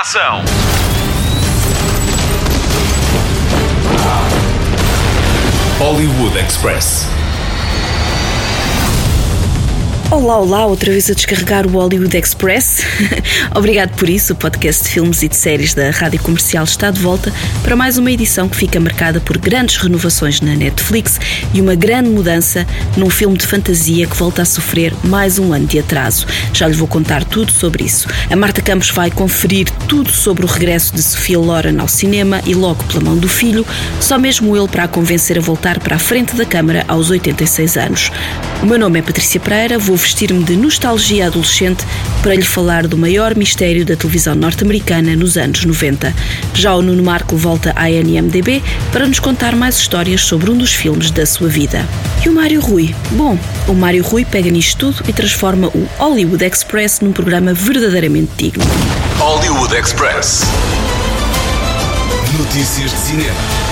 ação. Hollywood Express. Olá, outra vez a descarregar o Hollywood Express. Obrigado por isso, o podcast de filmes e de séries da Rádio Comercial está de volta para mais uma edição que fica marcada por grandes renovações na Netflix e uma grande mudança num filme de fantasia que volta a sofrer mais um ano de atraso. Já lhe vou contar tudo sobre isso. A Marta Campos vai conferir tudo sobre o regresso de Sophia Loren ao cinema e logo pela mão do filho, só mesmo ele para a convencer a voltar para a frente da câmara aos 86 anos. O meu nome é Patrícia Pereira, vou vestir-me de nostalgia adolescente para lhe falar do maior mistério da televisão norte-americana nos anos 90. Já o Nuno Marco volta à NMDB para nos contar mais histórias sobre um dos filmes da sua vida. E o Mário Rui? Bom, o Mário Rui pega nisto tudo e transforma o Hollywood Express num programa verdadeiramente digno. Hollywood Express. Notícias de cinema.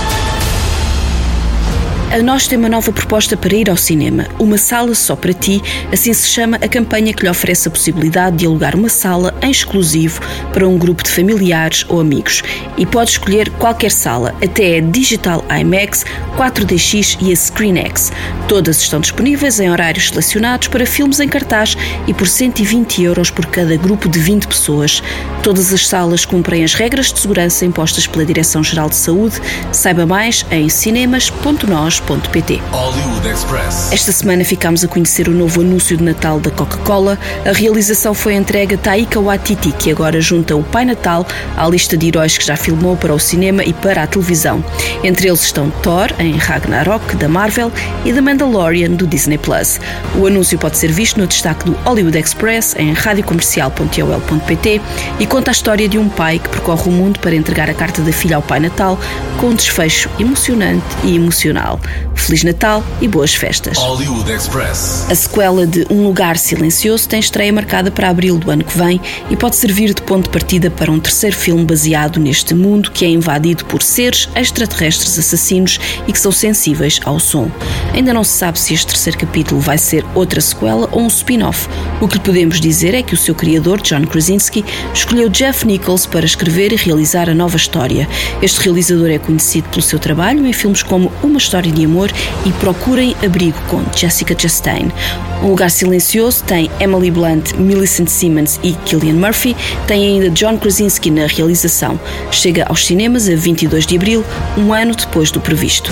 A nós tem uma nova proposta para ir ao cinema. Uma sala só para ti, assim se chama a campanha que lhe oferece a possibilidade de alugar uma sala em exclusivo para um grupo de familiares ou amigos. E pode escolher qualquer sala, até a Digital IMAX, 4DX e a ScreenX. Todas estão disponíveis em horários selecionados para filmes em cartaz e por 120 € por cada grupo de 20 pessoas. Todas as salas cumprem as regras de segurança impostas pela Direção-Geral de Saúde. Saiba mais em cinemas.nos.pt. Hollywood Express. Esta semana ficámos a conhecer o novo anúncio de Natal da Coca-Cola. A realização foi entregue a Taika Waititi, que agora junta o Pai Natal à lista de heróis que já filmou para o cinema e para a televisão. Entre eles estão Thor, em Ragnarok, da Marvel, e The Mandalorian, do Disney+. O anúncio pode ser visto no destaque do Hollywood Express, em radiocomercial.ol.pt, e conta a história de um pai que percorre o mundo para entregar a carta da filha ao Pai Natal, com um desfecho emocionante e emocional. Feliz Natal e boas festas. Hollywood Express. A sequela de Um Lugar Silencioso tem estreia marcada para abril do ano que vem e pode servir de ponto de partida para um terceiro filme baseado neste mundo que é invadido por seres extraterrestres assassinos e que são sensíveis ao som. Ainda não se sabe se este terceiro capítulo vai ser outra sequela ou um spin-off. O que lhe podemos dizer é que o seu criador, John Krasinski, escolheu Jeff Nichols para escrever e realizar a nova história. Este realizador é conhecido pelo seu trabalho em filmes como Uma História de Amor e Procurem Abrigo, com Jessica Chastain. Um Lugar Silencioso tem Emily Blunt, Millicent Simmons e Cillian Murphy. Tem ainda John Krasinski na realização. Chega aos cinemas a 22 de abril, um ano depois do previsto.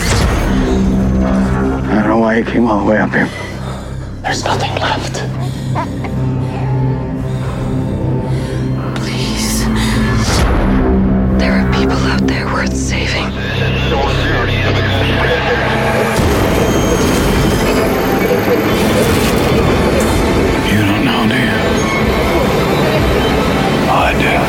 I don't know why you came all the way up here. There's nothing left. Please. There are people out there worth saving. You don't know, do you? Oh, I do.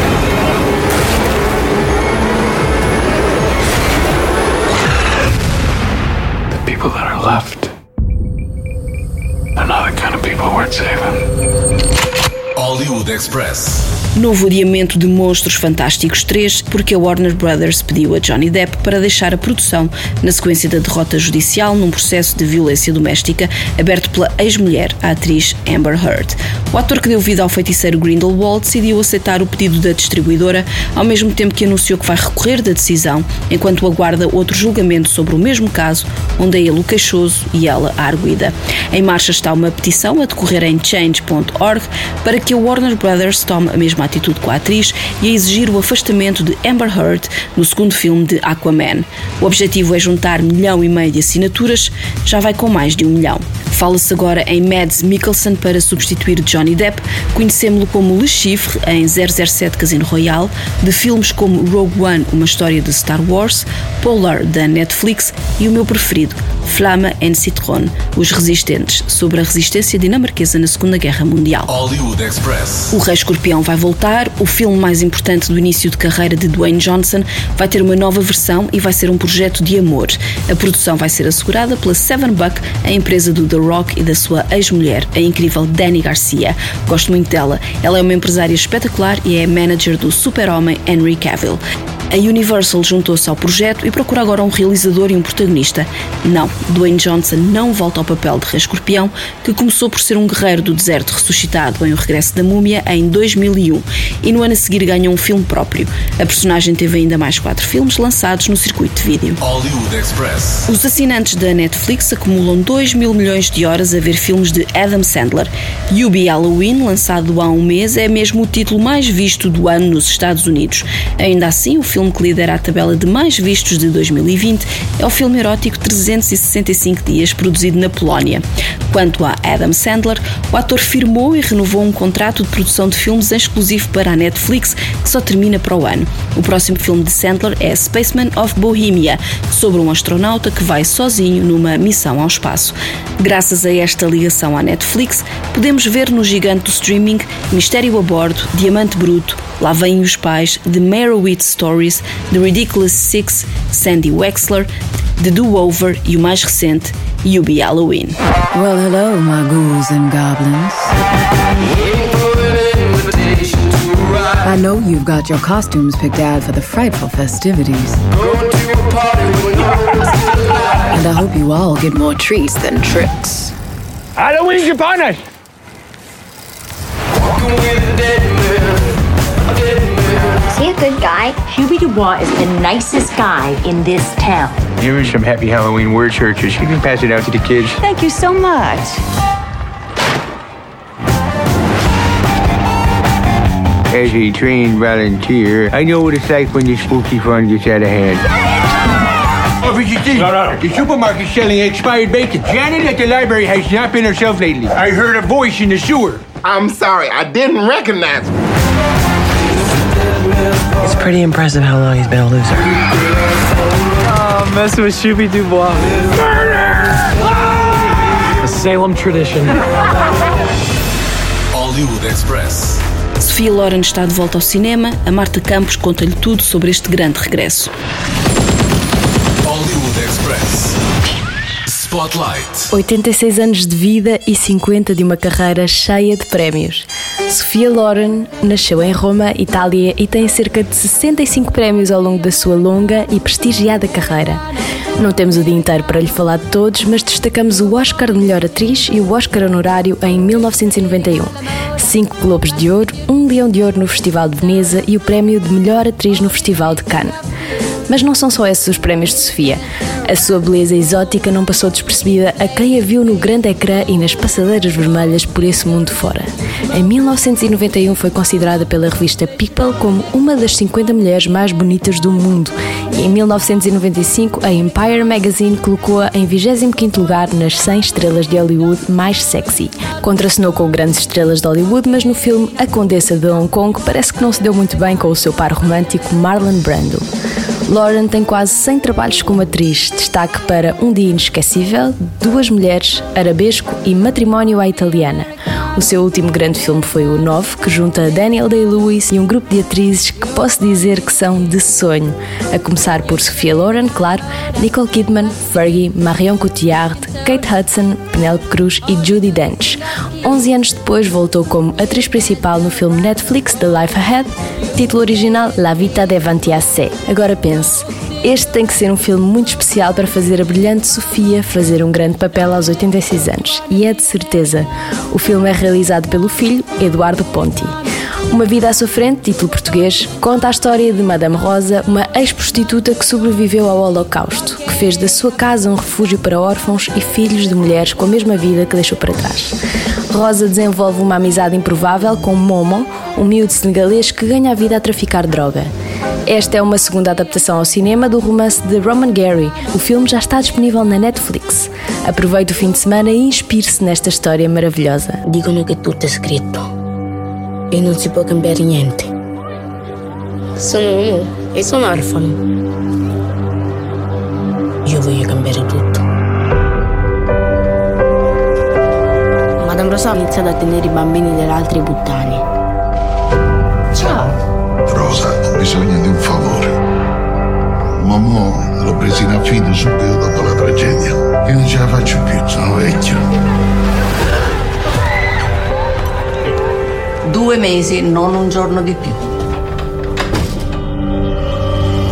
The people that are left, they're not the kind of people worth saving. Hollywood Express. Novo adiamento de Monstros Fantásticos 3, porque a Warner Brothers pediu a Johnny Depp para deixar a produção na sequência da derrota judicial num processo de violência doméstica aberto pela ex-mulher, a atriz Amber Heard. O ator que deu vida ao feiticeiro Grindelwald decidiu aceitar o pedido da distribuidora, ao mesmo tempo que anunciou que vai recorrer da decisão, enquanto aguarda outro julgamento sobre o mesmo caso, onde é ele o queixoso e ela a arguida. Em marcha está uma petição a decorrer em change.org para que a Warner Brothers tome a mesma atitude com a atriz e a exigir o afastamento de Amber Heard no segundo filme de Aquaman. O objetivo é juntar 1,5 milhão de assinaturas, já vai com mais de 1 milhão. Fala-se agora em Mads Mikkelsen para substituir Johnny Depp, conhecemos-lo como Le Chiffre em 007 Casino Royale, de filmes como Rogue One, uma história de Star Wars, Polar da Netflix e o meu preferido, Flamme en Citron, Os Resistentes, sobre a resistência dinamarquesa na Segunda Guerra Mundial. Hollywood Express. O Rei Escorpião vai voltar, o filme mais importante do início de carreira de Dwayne Johnson vai ter uma nova versão e vai ser um projeto de amor. A produção vai ser assegurada pela Seven Buck, a empresa do The Rock e da sua ex-mulher, a incrível Dani Garcia. Gosto muito dela. Ela é uma empresária espetacular e é a manager do super-homem Henry Cavill. A Universal juntou-se ao projeto e procura agora um realizador e um protagonista. Não, Dwayne Johnson não volta ao papel de Rei Escorpião, que começou por ser um guerreiro do deserto ressuscitado em O Regresso da Múmia em 2001 e no ano a seguir ganhou um filme próprio. A personagem teve ainda mais 4 filmes lançados no circuito de vídeo. Hollywood Express. Os assinantes da Netflix acumulam 2 mil milhões de horas a ver filmes de Adam Sandler. Hubie Halloween, lançado há um mês, é mesmo o título mais visto do ano nos Estados Unidos. Ainda assim, o filme que lidera a tabela de mais vistos de 2020 é o filme erótico 365 Dias, produzido na Polónia. Quanto a Adam Sandler, o ator firmou e renovou um contrato de produção de filmes exclusivo para a Netflix, que só termina para o ano. O próximo filme de Sandler é Spaceman of Bohemia, sobre um astronauta que vai sozinho numa missão ao espaço. Graças a esta ligação à Netflix, podemos ver no gigante do streaming Mistério a Bordo, Diamante Bruto, Lá Vêm os Pais, The Meyerowitz Stories, The Ridiculous Six, Sandy Wexler, The Do-Over e o mais recente, Hubie Halloween. Well, hello, my ghouls and goblins. I know you've got your costumes picked out for the frightful festivities. And I hope you all get more treats than tricks. Halloween's upon us! Is he a good guy? Hubie Dubois is the nicest guy in this town. Here is some happy Halloween word searches. You can pass it out to the kids. Thank you so much. As a trained volunteer, I know what it's like when the spooky fun gets out of hand. Officer D, the supermarket's selling expired bacon. Janet at the library has not been herself lately. I heard a voice in the sewer. I'm sorry, I didn't recognize him. It's pretty impressive how long he's been a loser. Oh, messing with Hubie Dubois. Murder! A Salem tradition. Hollywood Express. Sophia Loren está de volta ao cinema. A Marta Campos conta-lhe tudo sobre este grande regresso. Hollywood Express. Spotlight. 86 anos de vida e 50 de uma carreira cheia de prémios. Sophia Loren nasceu em Roma, Itália, e tem cerca de 65 prémios ao longo da sua longa e prestigiada carreira. Não temos o dia inteiro para lhe falar de todos, mas destacamos o Oscar de Melhor Atriz e o Oscar honorário em 1991, 5 Globos de Ouro, 1 Leão de Ouro no Festival de Veneza e o prémio de Melhor Atriz no Festival de Cannes. Mas não são só esses os prémios de Sophia. A sua beleza exótica não passou despercebida a quem a viu no grande ecrã e nas passadeiras vermelhas por esse mundo fora. Em 1991 foi considerada pela revista People como uma das 50 mulheres mais bonitas do mundo e em 1995 a Empire Magazine colocou-a em 25º lugar nas 100 estrelas de Hollywood mais sexy. Contracenou com grandes estrelas de Hollywood, mas no filme A Condessa de Hong Kong parece que não se deu muito bem com o seu par romântico Marlon Brando. Loren tem quase 100 trabalhos como atriz, destaque para Um Dia Inesquecível, Duas Mulheres, Arabesco e Matrimónio à Italiana. O seu último grande filme foi o 9, que junta Daniel Day-Lewis e um grupo de atrizes que posso dizer que são de sonho, a começar por Sophia Loren, claro, Nicole Kidman, Fergie, Marion Cotillard, Kate Hudson, Penélope Cruz e Judi Dench. 11 anos depois voltou como atriz principal no filme Netflix The Life Ahead, título original La Vita davanti a sé. Agora pense, este tem que ser um filme muito especial para fazer a brilhante Sofia fazer um grande papel aos 86 anos. E é de certeza. O filme é realizado pelo filho, Eduardo Ponti. Uma Vida à Sua Frente, título português, conta a história de Madame Rosa, uma ex-prostituta que sobreviveu ao Holocausto, que fez da sua casa um refúgio para órfãos e filhos de mulheres com a mesma vida que deixou para trás. Rosa desenvolve uma amizade improvável com Momo, um miúdo senegalês que ganha a vida a traficar droga. Esta é uma segunda adaptação ao cinema do romance de Roman Gary. O filme já está disponível na Netflix. Aproveite o fim de semana e inspire-se nesta história maravilhosa. Dicono che tutto è scritto e non si può cambiare niente. Sono uomo e sono orfano. Io voglio cambiare tutto. Madame Rosa ha iniziato a tenere i bambini delle altre puttane. Ciao. Rosa, ho bisogno di un favore. Mamma l'ho presa in affido subito dopo la tragedia. Io non ce la faccio più, sono vecchio. 2 mesi, non un giorno di più.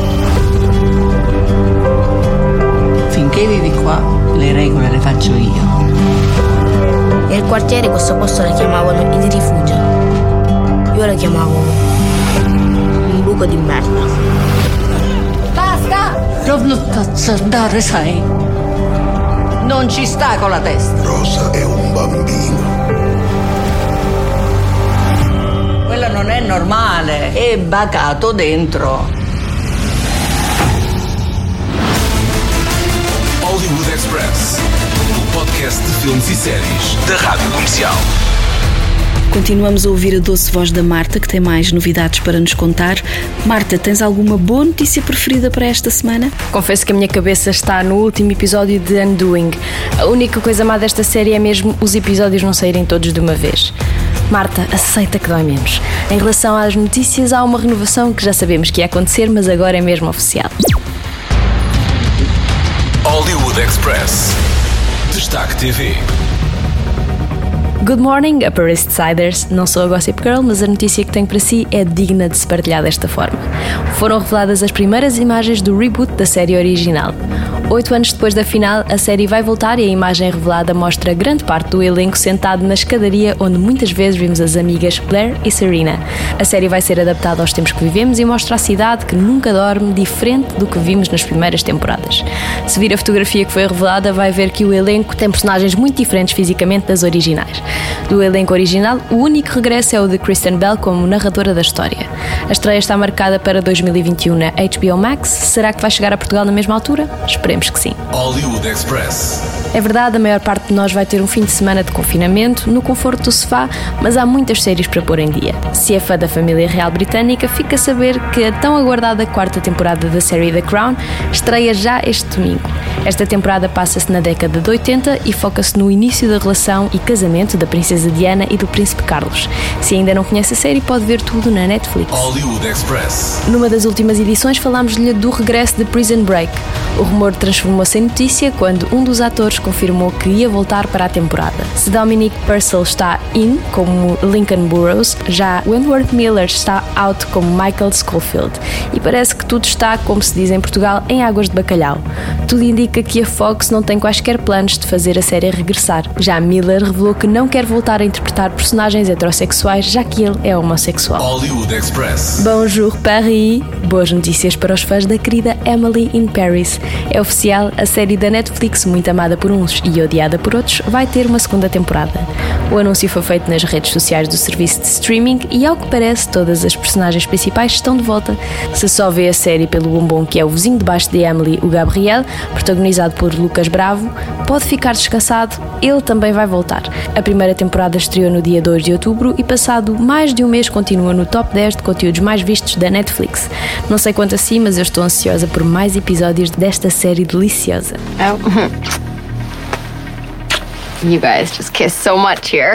Le regole le faccio io. Nel quartiere questo posto lo chiamavano il rifugio. Io lo chiamavo un buco di merda. Basta! Dove cazzo andare, sai? Non ci sta con la testa. Rosa è un bambino. Quello non è normale, è bacato dentro. Hollywood Express, o podcast de filmes e séries da Rádio Comercial. Continuamos a ouvir a doce voz da Marta, que tem mais novidades para nos contar. Marta, tens alguma boa notícia preferida para esta semana? Confesso que a minha cabeça está no último episódio de Undoing. A única coisa má desta série é mesmo os episódios não saírem todos de uma vez. Marta, aceita que dói menos. Em relação às notícias, há uma renovação que já sabemos que ia acontecer, mas agora é mesmo oficial. Hollywood Express. Destaque TV. Good morning, Upper East Siders. Não sou a Gossip Girl, mas a notícia que tenho para si é digna de se partilhar desta forma. Foram reveladas as primeiras imagens do reboot da série original. 8 anos depois da final, a série vai voltar e a imagem revelada mostra grande parte do elenco sentado na escadaria onde muitas vezes vimos as amigas Blair e Serena. A série vai ser adaptada aos tempos que vivemos e mostra a cidade que nunca dorme, diferente do que vimos nas primeiras temporadas. Se vir a fotografia que foi revelada, vai ver que o elenco tem personagens muito diferentes fisicamente das originais. Do elenco original, o único regresso é o de Kristen Bell como narradora da história. A estreia está marcada para 2021 na HBO Max. Será que vai chegar a Portugal na mesma altura? Esperemos que sim. Hollywood Express. É verdade, a maior parte de nós vai ter um fim de semana de confinamento, no conforto do sofá, mas há muitas séries para pôr em dia. Se é fã da família real britânica, fica a saber que a tão aguardada quarta temporada da série The Crown estreia já este domingo. Esta temporada passa-se na década de 80 e foca-se no início da relação e casamento da princesa Diana e do príncipe Carlos. Se ainda não conhece a série, pode ver tudo na Netflix. Hollywood Express. Numa das últimas edições falámos-lhe do regresso de Prison Break. O rumor transformou-se em notícia quando um dos atores confirmou que ia voltar para a temporada. Se Dominic Purcell está in, como Lincoln Burrows, já Wentworth Miller está out como Michael Scofield. E parece que tudo está, como se diz em Portugal, em águas de bacalhau. Tudo indica que a Fox não tem quaisquer planos de fazer a série regressar. Já Miller revelou que não quer voltar a interpretar personagens heterossexuais, já que ele é homossexual. Hollywood Express. Bonjour Paris! Boas notícias para os fãs da querida Emily in Paris. É oficial, a série da Netflix, muito amada por uns e odiada por outros, vai ter uma segunda temporada. O anúncio foi feito nas redes sociais do serviço de streaming e, ao que parece, todas as personagens principais estão de volta. Se só vê a série pelo bombom que é o vizinho de baixo de Emily, o Gabriel, protagonizado por Lucas Bravo, pode ficar descansado, ele também vai voltar. A primeira temporada estreou no dia 2 de outubro e, passado mais de um mês, continua no top 10 de conteúdos mais vistos da Netflix. Não sei quanto assim, mas eu estou ansiosa por mais episódios desta série deliciosa. Oh. You guys just kiss so much here.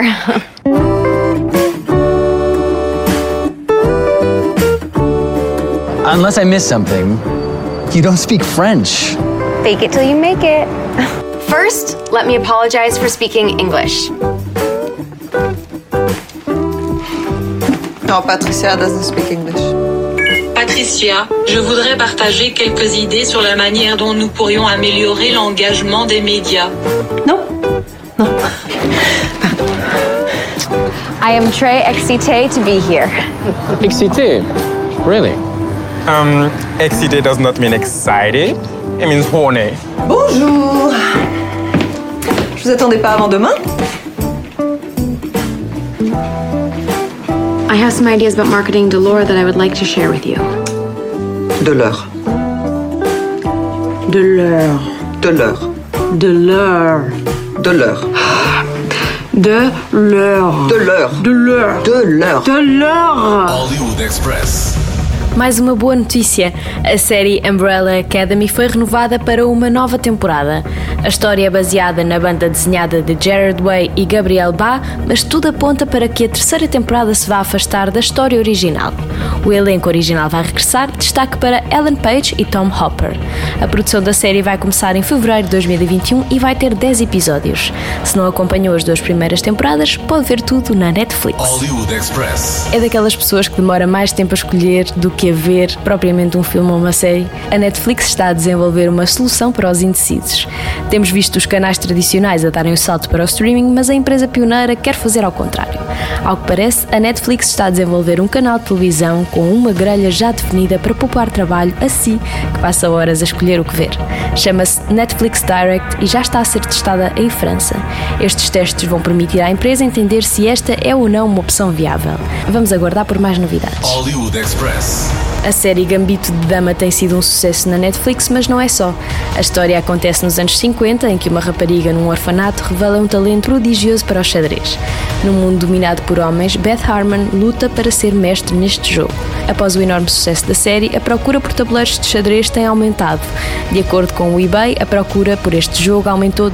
Unless I miss something, you don't speak French. Fake it till you make it. First, let me apologize for speaking English. No, Patricia doesn't speak English. Patricia, je voudrais partager quelques idées sur la manière dont nous pourrions améliorer l'engagement des médias. No. I am très excitée to be here. Excitée? Really? Excitée does not mean excited. It means horny. Bonjour. Je vous attendais pas avant demain? I have some ideas about marketing de l'heure that I would like to share with you. De l'heure. De l'heure. De l'heure. De l'heure. De l'heure. De l'heure. De l'heure. De l'heure. De l'heure. De l'heure. Hollywood Express. Mais uma boa notícia, a série Umbrella Academy foi renovada para uma nova temporada. A história é baseada na banda desenhada de Gerard Way e Gabriel Ba, mas tudo aponta para que a terceira temporada se vá afastar da história original. O elenco original vai regressar, destaque para Ellen Page e Tom Hopper. A produção da série vai começar em fevereiro de 2021 e vai ter 10 episódios. Se não acompanhou as duas primeiras temporadas, pode ver tudo na Netflix. Hollywood Express. É daquelas pessoas que demora mais tempo a escolher do que que haver propriamente um filme ou uma série, a Netflix está a desenvolver uma solução para os indecisos. Temos visto os canais tradicionais a darem o salto para o streaming, mas a empresa pioneira quer fazer ao contrário. Ao que parece, a Netflix está a desenvolver um canal de televisão com uma grelha já definida para poupar trabalho a si, que passa horas a escolher o que ver. Chama-se Netflix Direct e já está a ser testada em França. Estes testes vão permitir à empresa entender se esta é ou não uma opção viável. Vamos aguardar por mais novidades. Hollywood Express. A série Gambito de Dama tem sido um sucesso na Netflix, mas não é só. A história acontece nos anos 50, em que uma rapariga num orfanato revela um talento prodigioso para o xadrez. Num mundo dominado por homens, Beth Harmon luta para ser mestre neste jogo. Após o enorme sucesso da série, a procura por tabuleiros de xadrez tem aumentado. De acordo com o eBay, a procura por este jogo aumentou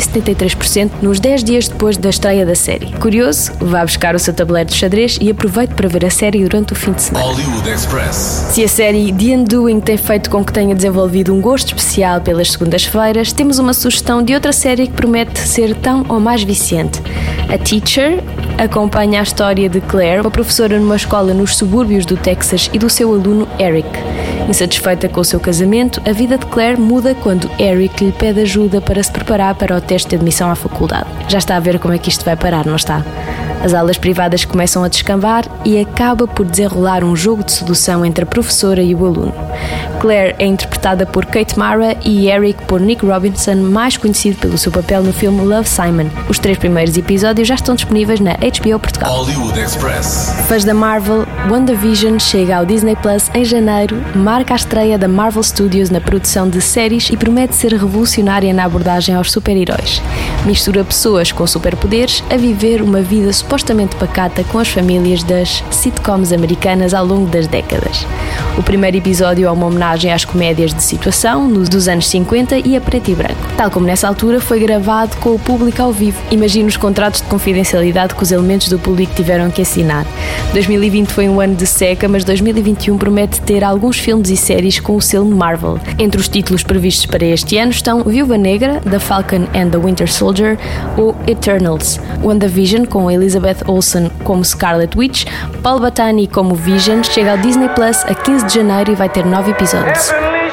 273% nos 10 dias depois da estreia da série. Curioso? Vá buscar o seu tabuleiro de xadrez e aproveite para ver a série durante o fim de semana. Hollywood Express. Se a série The Undoing tem feito com que tenha desenvolvido um gosto especial pelas segundas-feiras, temos uma sugestão de outra série que promete ser tão ou mais viciante. A Teacher acompanha a história de Claire, uma professora numa escola nos subúrbios do Texas, e do seu aluno Eric. Insatisfeita com o seu casamento, a vida de Claire muda quando Eric lhe pede ajuda para se preparar para o teste de admissão à faculdade. Já está a ver como é que isto vai parar, não está? As aulas privadas começam a descambar e acaba por desenrolar um jogo de sedução entre a professora e o aluno. Claire é interpretada por Kate Mara e Eric por Nick Robinson, mais conhecido pelo seu papel no filme Love, Simon. Os 3 primeiros episódios já estão disponíveis na HBO Portugal. Hollywood Express. Fãs da Marvel, WandaVision chega ao Disney Plus em janeiro, marca a estreia da Marvel Studios na produção de séries e promete ser revolucionária na abordagem aos super-heróis. Mistura pessoas com superpoderes a viver uma vida supostamente pacata com as famílias das sitcoms americanas ao longo das décadas. O primeiro episódio é uma homenagem às comédias de situação dos anos 50 e a preto e branco. Tal como nessa altura foi gravado com o público ao vivo. Imagine os contratos de confidencialidade que os elementos do público tiveram que assinar. 2020 foi um ano de seca, mas 2021 promete ter alguns filmes e séries com o selo Marvel. Entre os títulos previstos para este ano estão Viúva Negra, The Falcon and the Winter Soldier ou Eternals, WandaVision com Elizabeth Olsen como Scarlet Witch, Paul Bettany como Vision, chega ao Disney Plus a 15 de janeiro e vai ter 9 episódios.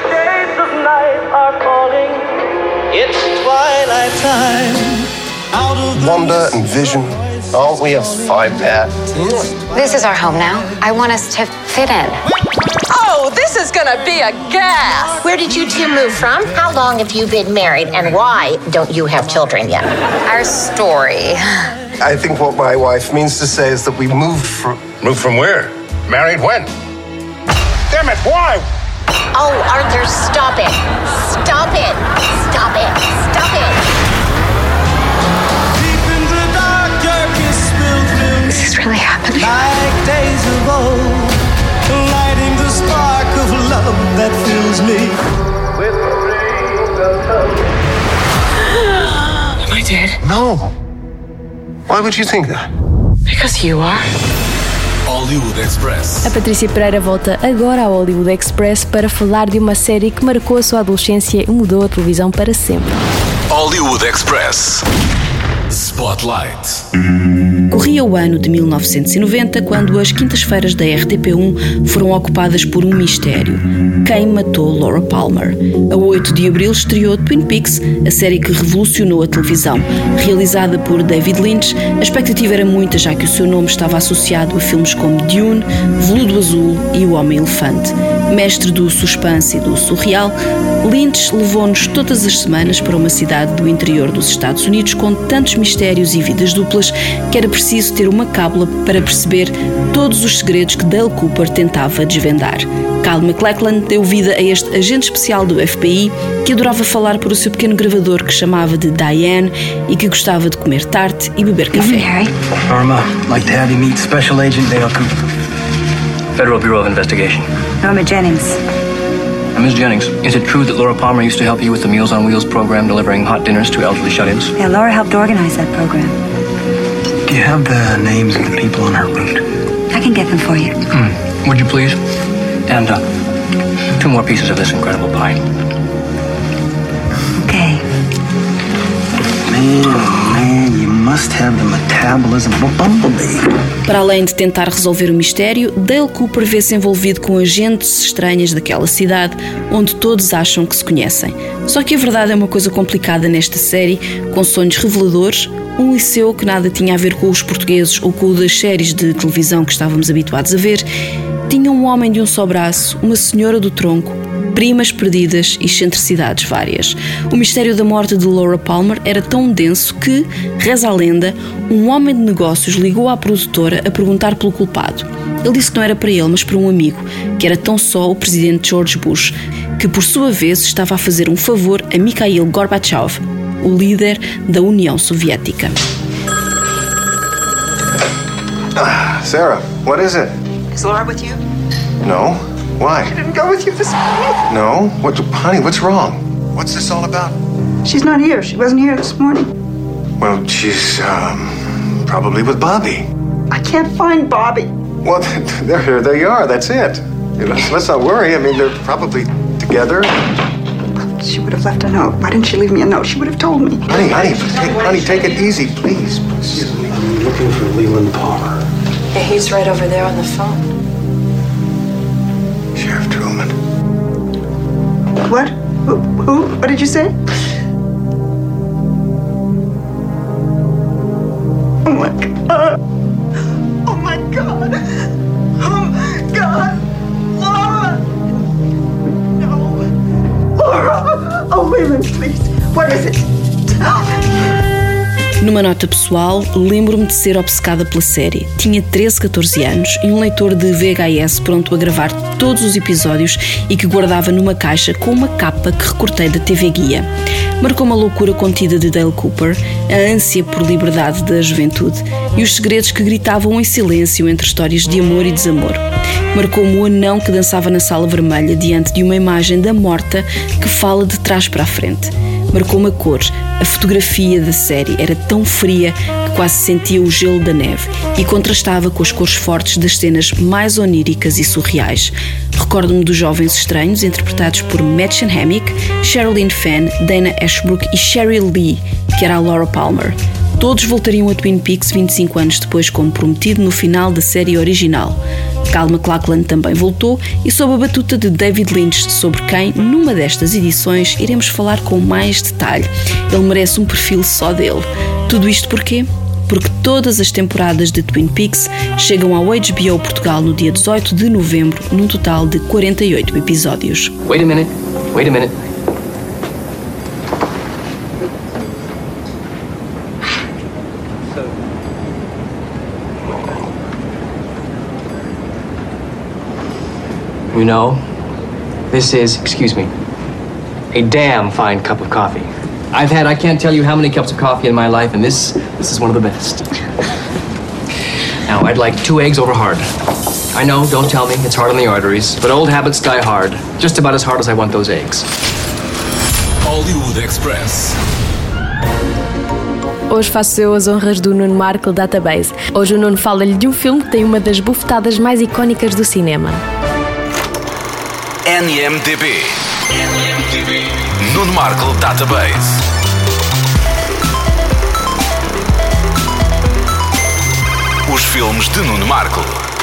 Wanda and Vision, aren't we a fine pair? This is our home now. I want us to fit in. Oh, this is gonna be a gas! Where did you two move from? How long have you been married? And why don't you have children yet? Our story. I think what my wife means to say is that we moved from... Moved from where? Married when? Damn it, why? Oh, Arthur, stop it! Stop it! Stop it! Stop it! This is really happening. Like days of old, lighting the spark of love that fills me with rings of love. Am I dead? No. Why would you think that? Because you are. Hollywood Express. A Patrícia Pereira volta agora ao Hollywood Express para falar de uma série que marcou a sua adolescência e mudou a televisão para sempre. Hollywood Express. Spotlight. Corria o ano de 1990 quando as quintas-feiras da RTP1 foram ocupadas por um mistério. Quem matou Laura Palmer? A 8 de abril estreou Twin Peaks, a série que revolucionou a televisão. Realizada por David Lynch, a expectativa era muita, já que o seu nome estava associado a filmes como Dune, Veludo Azul e O Homem-Elefante. Mestre do suspense e do surreal, Lynch levou-nos todas as semanas para uma cidade do interior dos Estados Unidos com tantos mistérios e vidas duplas que era preciso ter uma cábula para perceber todos os segredos que Dale Cooper tentava desvendar. Kyle MacLachlan deu vida a este agente especial do FBI que adorava falar por o seu pequeno gravador que chamava de Diane e que gostava de comer tarte e beber café. Norma, like to have you meet Special Agent Dale Cooper, Federal Bureau of Investigation. Norma Jennings. Ms. Jennings, is it true that Laura Palmer used to help you with the Meals on Wheels program delivering hot dinners to elderly shut-ins? Yeah, Laura helped organize that program. Do you have the names of the people on her route? I can get them for you. Would you please? And 2 more pieces of this incredible pie. Okay. Man, you must have the metabolism of a bumblebee. Para além de tentar resolver o mistério, Dale Cooper vê-se envolvido com agentes estranhas daquela cidade, onde todos acham que se conhecem. Só que a verdade é uma coisa complicada nesta série, com sonhos reveladores, um liceu que nada tinha a ver com os portugueses ou com o das séries de televisão que estávamos habituados a ver, tinha um homem de um só braço, uma senhora do tronco, primas perdidas e excentricidades várias. O mistério da morte de Laura Palmer era tão denso que, reza a lenda, um homem de negócios ligou à produtora a perguntar pelo culpado. Ele disse que não era para ele, mas para um amigo, que era tão só o presidente George Bush, que por sua vez estava a fazer um favor a Mikhail Gorbachev, o líder da União Soviética. Sarah, what is it? Is Laura with you? No. Why? She didn't go with you this morning. No? What, honey, what's wrong? What's this all about? She's not here. She wasn't here this morning. Well, she's, probably with Bobby. I can't find Bobby. Well, there they are. That's it. Let's not worry. I mean, they're probably together. She would have left a note. Why didn't she leave me a note? She would have told me. Honey, take it easy, please. I'm looking for Leland Palmer. Yeah, he's right over there on the phone. Sheriff Truman. What? Who? What did you say? Oh my God. Oh my God. Oh my God. Laura. No. Laura. Oh, Leland, please. What is it? Tell me. Numa nota pessoal, lembro-me de ser obcecada pela série. Tinha 13, 14 anos e um leitor de VHS pronto a gravar todos os episódios e que guardava numa caixa com uma capa que recortei da TV Guia. Marcou uma loucura contida de Dale Cooper, a ânsia por liberdade da juventude e os segredos que gritavam em silêncio entre histórias de amor e desamor. Marcou-me o anão que dançava na sala vermelha diante de uma imagem da morta que fala de trás para a frente. Marcou-me a cor. A fotografia da série era tão fria que quase sentia o gelo da neve e contrastava com as cores fortes das cenas mais oníricas e surreais. Recordo-me dos Jovens Estranhos, interpretados por Mädchen Hammick, Sherilyn Fenn, Dana Ashbrook e Sheryl Lee, que era a Laura Palmer. Todos voltariam a Twin Peaks 25 anos depois, como prometido no final da série original. Kyle MacLachlan também voltou e sob a batuta de David Lynch, sobre quem, numa destas edições, iremos falar com mais detalhe. Ele merece um perfil só dele. Tudo isto porquê? Porque todas as temporadas de Twin Peaks chegam ao HBO Portugal no dia 18 de novembro, num total de 48 episódios. Wait a minute. You know, this is, excuse me, a damn fine cup of coffee. I've had, I can't tell you how many cups of coffee in my life, and this is one of the best. Now, I'd like 2 eggs over hard. I know, don't tell me, it's hard on the arteries, but old habits die hard. Just about as hard as I want those eggs. Hollywood Express. Hoje faço eu as honras do Nuno Markle Database. Hoje o Nuno fala-lhe de um filme que tem uma das bufetadas mais icónicas do cinema. NMDB. Nuno Markle Database. Os filmes de Nuno Markle.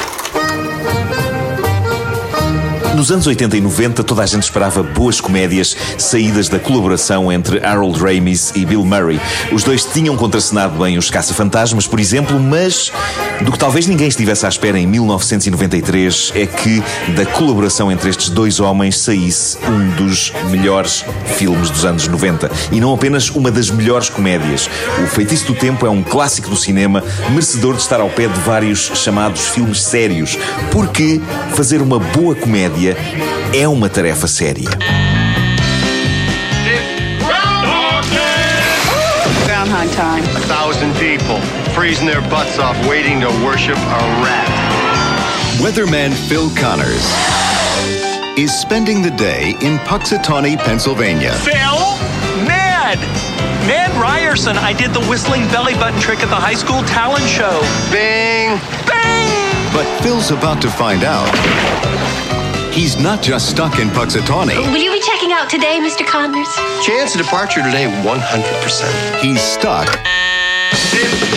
Nos anos 80 e 90, toda a gente esperava boas comédias saídas da colaboração entre Harold Ramis e Bill Murray. Os dois tinham contracenado bem os Caça-Fantasmas, por exemplo, mas do que talvez ninguém estivesse à espera em 1993 é que da colaboração entre estes dois homens saísse um dos melhores filmes dos anos 90. E não apenas uma das melhores comédias. O Feitiço do Tempo é um clássico do cinema, merecedor de estar ao pé de vários chamados filmes sérios, porque fazer uma boa comédia é uma tarefa séria. Groundhog time. 1,000 people freezing their butts off waiting to worship a rat. Weatherman Phil Connors is spending the day in Puxatawney, Pennsylvania. Phil? Ned Ryerson. I did the whistling belly button trick at the high school talent show. Bing! Bing! But Phil's about to find out he's not just stuck in Puxatawney. Will you be checking out today, Mr. Connors? Chance of departure today, 100%. He's stuck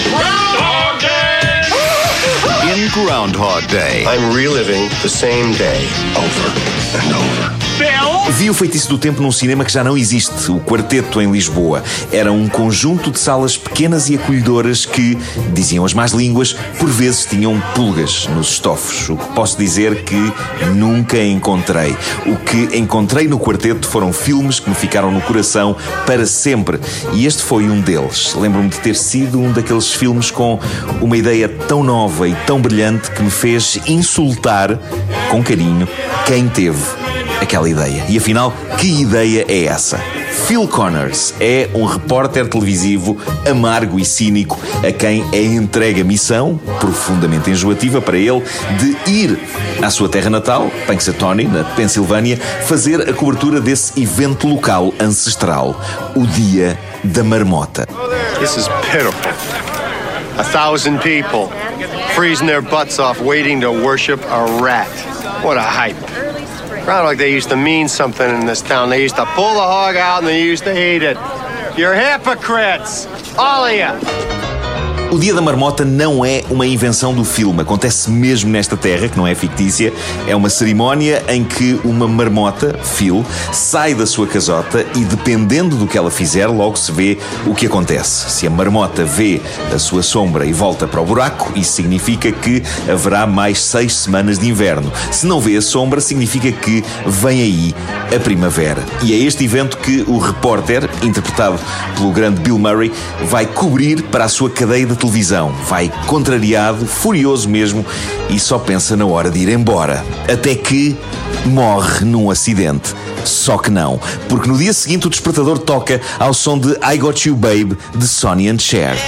Groundhog Day. I'm reliving the same day over and over. Vi O Feitiço do Tempo num cinema que já não existe, o Quarteto, em Lisboa. Era um conjunto de salas pequenas e acolhedoras que, diziam as más línguas, por vezes tinham pulgas nos estofos. O que posso dizer que nunca encontrei. O que encontrei no Quarteto foram filmes que me ficaram no coração para sempre. E este foi um deles. Lembro-me de ter sido um daqueles filmes com uma ideia tão nova e tão brilhante que me fez insultar, com carinho, quem teve aquela ideia. E afinal, que ideia é essa? Phil Connors é um repórter televisivo amargo e cínico a quem é entregue a missão, profundamente enjoativa para ele, de ir à sua terra natal, Punxsutawney, na Pensilvânia, fazer a cobertura desse evento local ancestral, o Dia da Marmota. This is pitiful. 1,000 people freezing their butts off waiting to worship a rat. What a hype. Groundhog Day used to mean something in this town. They used to pull the hog out and they used to eat it. You're hypocrites, all of you. O Dia da Marmota não é uma invenção do filme, acontece mesmo nesta terra, que não é fictícia. É uma cerimónia em que uma marmota, Phil, sai da sua casota e, dependendo do que ela fizer, logo se vê o que acontece. Se a marmota vê a sua sombra e volta para o buraco, isso significa que haverá mais 6 semanas de inverno. Se não vê a sombra, significa que vem aí a primavera. E é este evento que o repórter, interpretado pelo grande Bill Murray, vai cobrir para a sua cadeia de televisão. Vai contrariado, furioso mesmo, e só pensa na hora de ir embora. Até que morre num acidente. Só que não, porque no dia seguinte o despertador toca ao som de I Got You Babe, de Sonny and Cher.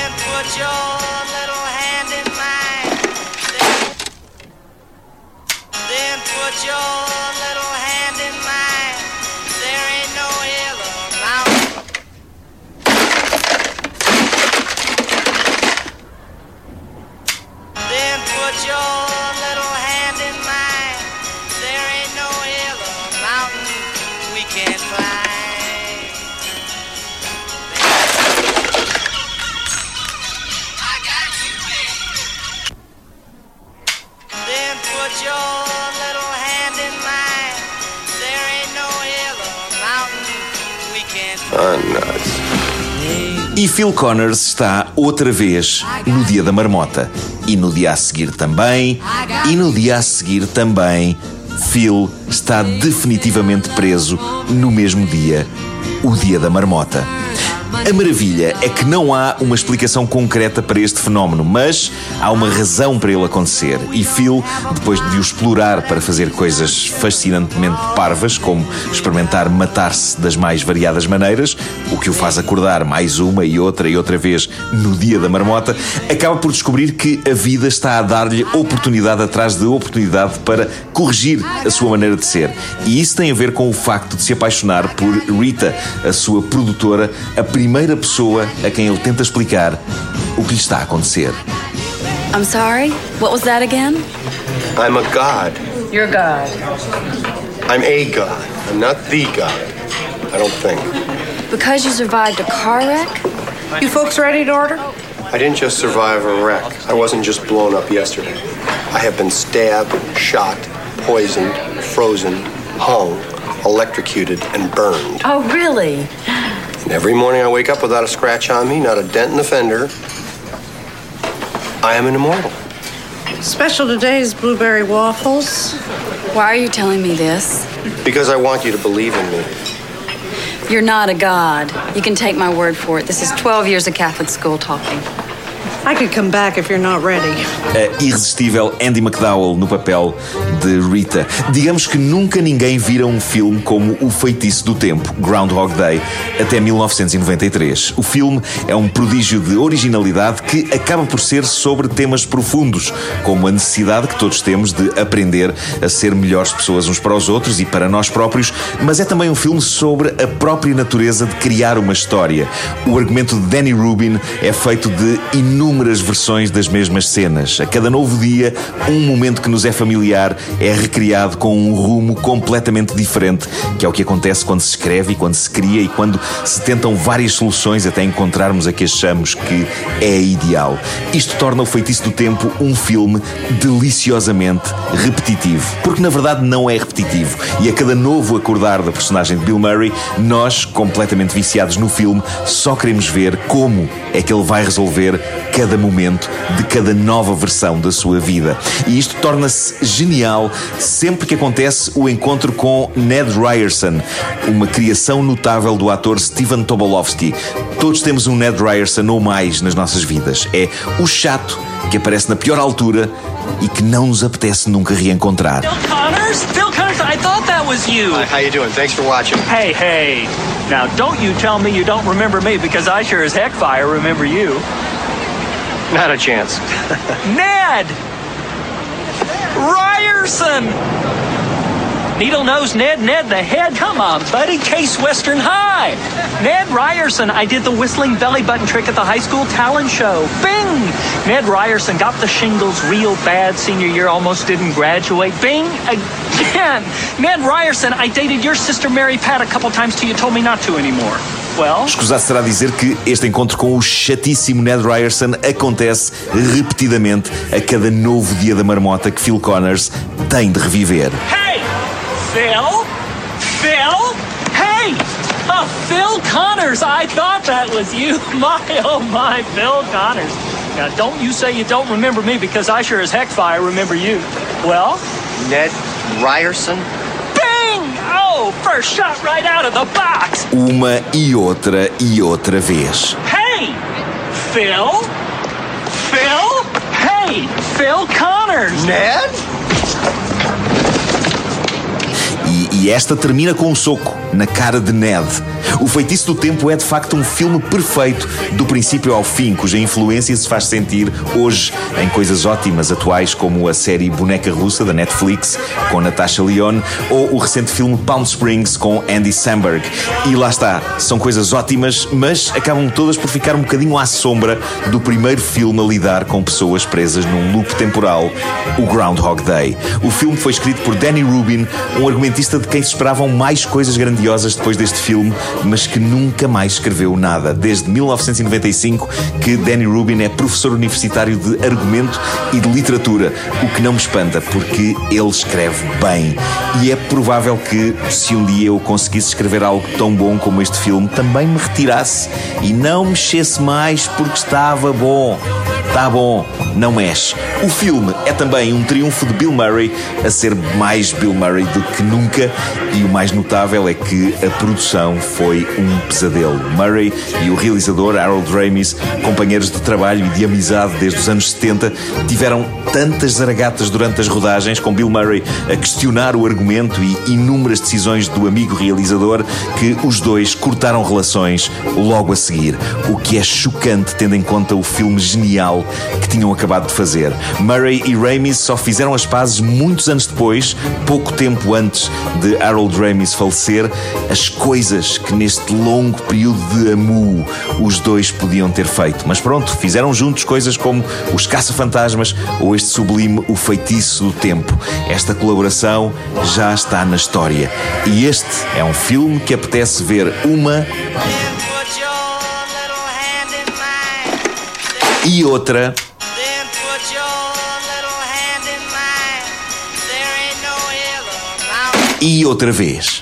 E Phil Connors está outra vez no Dia da Marmota. E no dia a seguir também. E no dia a seguir também. Phil está definitivamente preso no mesmo dia, o Dia da Marmota. A maravilha é que não há uma explicação concreta para este fenómeno, mas há uma razão para ele acontecer. E Phil, depois de o explorar para fazer coisas fascinantemente parvas, como experimentar matar-se das mais variadas maneiras, o que o faz acordar mais uma e outra vez no Dia da Marmota, acaba por descobrir que a vida está a dar-lhe oportunidade atrás de oportunidade para corrigir a sua maneira de ser. E isso tem a ver com o facto de se apaixonar por Rita, a sua produtora, a primeira pessoa a quem ele tenta explicar o que lhe está a acontecer. I'm sorry? What was that again? I'm a god. You're God. I'm a god. I'm not the god. I don't think. Because you survived a car wreck? You folks ready to order? I didn't just survive a wreck. I wasn't just blown up yesterday. I have been stabbed, shot, poisoned, frozen, hung, electrocuted, and burned. Oh, really? And every morning I wake up without a scratch on me, not a dent in the fender. I am an immortal. Special today's blueberry waffles. Why are you telling me this? Because I want you to believe in me. You're not a god. You can take my word for it. This is 12 years of Catholic school talking. I could come back if you're not ready. A irresistível Andie MacDowell no papel de Rita. Digamos que nunca ninguém vira um filme como O Feitiço do Tempo, Groundhog Day, até 1993. O filme é um prodígio de originalidade que acaba por ser sobre temas profundos, como a necessidade que todos temos de aprender a ser melhores pessoas uns para os outros e para nós próprios, mas é também um filme sobre a própria natureza de criar uma história. O argumento de Danny Rubin é feito de inúmeros inúmeras versões das mesmas cenas. A cada novo dia, um momento que nos é familiar é recriado com um rumo completamente diferente, que é o que acontece quando se escreve e quando se cria e quando se tentam várias soluções até encontrarmos a que achamos que é ideal. Isto torna O Feitiço do Tempo um filme deliciosamente repetitivo. Porque na verdade não é repetitivo. E a cada novo acordar da personagem de Bill Murray, nós, completamente viciados no filme, só queremos ver como é que ele vai resolver cada momento de cada nova versão da sua vida. E isto torna-se genial sempre que acontece o encontro com Ned Ryerson, uma criação notável do ator Steven Tobolowsky. Todos temos um Ned Ryerson ou mais nas nossas vidas. É o chato que aparece na pior altura e que não nos apetece nunca reencontrar. Phil Connors, I thought that was you. Hi, how you doing? Thanks for watching. Hey. Now, don't you tell me you don't remember me, because I sure as heck fire remember you. Not a chance. Ned! Ryerson! Needle-nosed Ned the Head. Come on, buddy. Case Western High. Ned Ryerson, I did the whistling belly button trick at the high school talent show. Bing! Ned Ryerson got the shingles real bad senior year, almost didn't graduate. Bing! Again! Ned Ryerson, I dated your sister Mary Pat a couple times till you told me not to anymore. Well? Escusado será dizer que este encontro com o chatíssimo Ned Ryerson acontece repetidamente a cada novo dia da marmota que Phil Connors tem de reviver. Hey! Phil? Hey! Oh, Phil Connors! I thought that was you. My, oh my, Phil Connors. Now, don't you say you don't remember me, because I sure as heck fire remember you. Well? Ned Ryerson? Bing! Oh, first shot right out of the box. Uma e outra vez. Hey! Phil? Hey! Phil Connors! Ned? E esta termina com um soco na cara de Ned. O Feitiço do Tempo é de facto um filme perfeito do princípio ao fim, cuja influência se faz sentir hoje em coisas ótimas atuais como a série Boneca Russa da Netflix com Natasha Lyonne ou o recente filme Palm Springs com Andy Samberg. E lá está, são coisas ótimas, mas acabam todas por ficar um bocadinho à sombra do primeiro filme a lidar com pessoas presas num loop temporal, o Groundhog Day. O filme foi escrito por Danny Rubin, um argumentista de quem se esperavam mais coisas grandiosas depois deste filme, mas que nunca mais escreveu nada. Desde 1995 que Danny Rubin é professor universitário de argumento e de literatura, o que não me espanta, porque ele escreve bem. E é provável que, se um dia eu conseguisse escrever algo tão bom como este filme, também me retirasse e não mexesse mais porque estava bom. Tá bom, não mexe. O filme é também um triunfo de Bill Murray a ser mais Bill Murray do que nunca, e o mais notável é que a produção foi um pesadelo. Murray e o realizador Harold Ramis, companheiros de trabalho e de amizade desde os anos 70, tiveram tantas zaragatas durante as rodagens, com Bill Murray a questionar o argumento e inúmeras decisões do amigo realizador, que os dois cortaram relações logo a seguir, o que é chocante tendo em conta o filme genial que tinham acabado de fazer. Murray e Ramis só fizeram as pazes muitos anos depois, pouco tempo antes de Harold Ramis falecer, as coisas que neste longo período de amu os dois podiam ter feito. Mas pronto, fizeram juntos coisas como Os Caça-Fantasmas ou este sublime O Feitiço do Tempo. Esta colaboração já está na história. E este é um filme que apetece ver uma e outra e outra vez.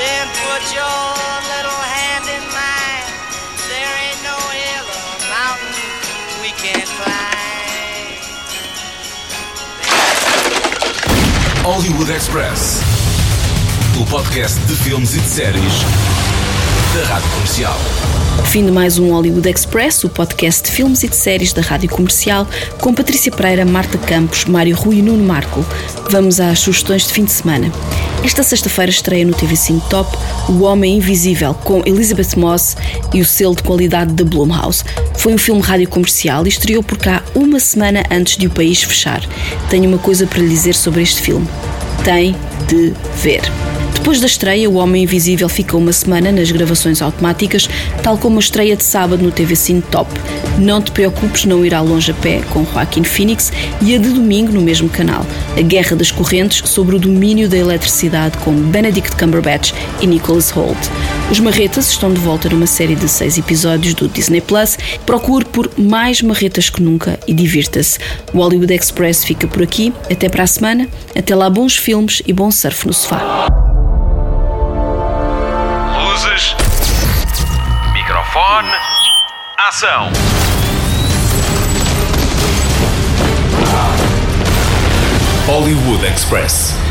Hollywood Express, o podcast de filmes e de séries da Rádio Comercial. Fim de mais um Hollywood Express, o podcast de filmes e de séries da Rádio Comercial, com Patrícia Pereira, Marta Campos, Mário Rui e Nuno Marco. Vamos às sugestões de fim de semana. Esta sexta-feira estreia no TV5 Top O Homem Invisível, com Elizabeth Moss e o selo de qualidade da Blumhouse. Foi um filme rádio comercial e estreou por cá uma semana antes de o país fechar. Tenho uma coisa para lhe dizer sobre este filme. Tem de ver. Depois da estreia, O Homem Invisível fica uma semana nas gravações automáticas, tal como a estreia de sábado no TV Cine Top. Não te preocupes, não irá longe a pé, com Joaquin Phoenix, e a de domingo no mesmo canal, A Guerra das Correntes, sobre o domínio da eletricidade, com Benedict Cumberbatch e Nicholas Hoult. Os Marretas estão de volta numa série de 6 episódios do Disney Plus. Procure por mais marretas que nunca e divirta-se. O Hollywood Express fica por aqui. Até para a semana. Até lá, bons filmes e bom surf no sofá. Luzes, microfone, ação. Hollywood Express.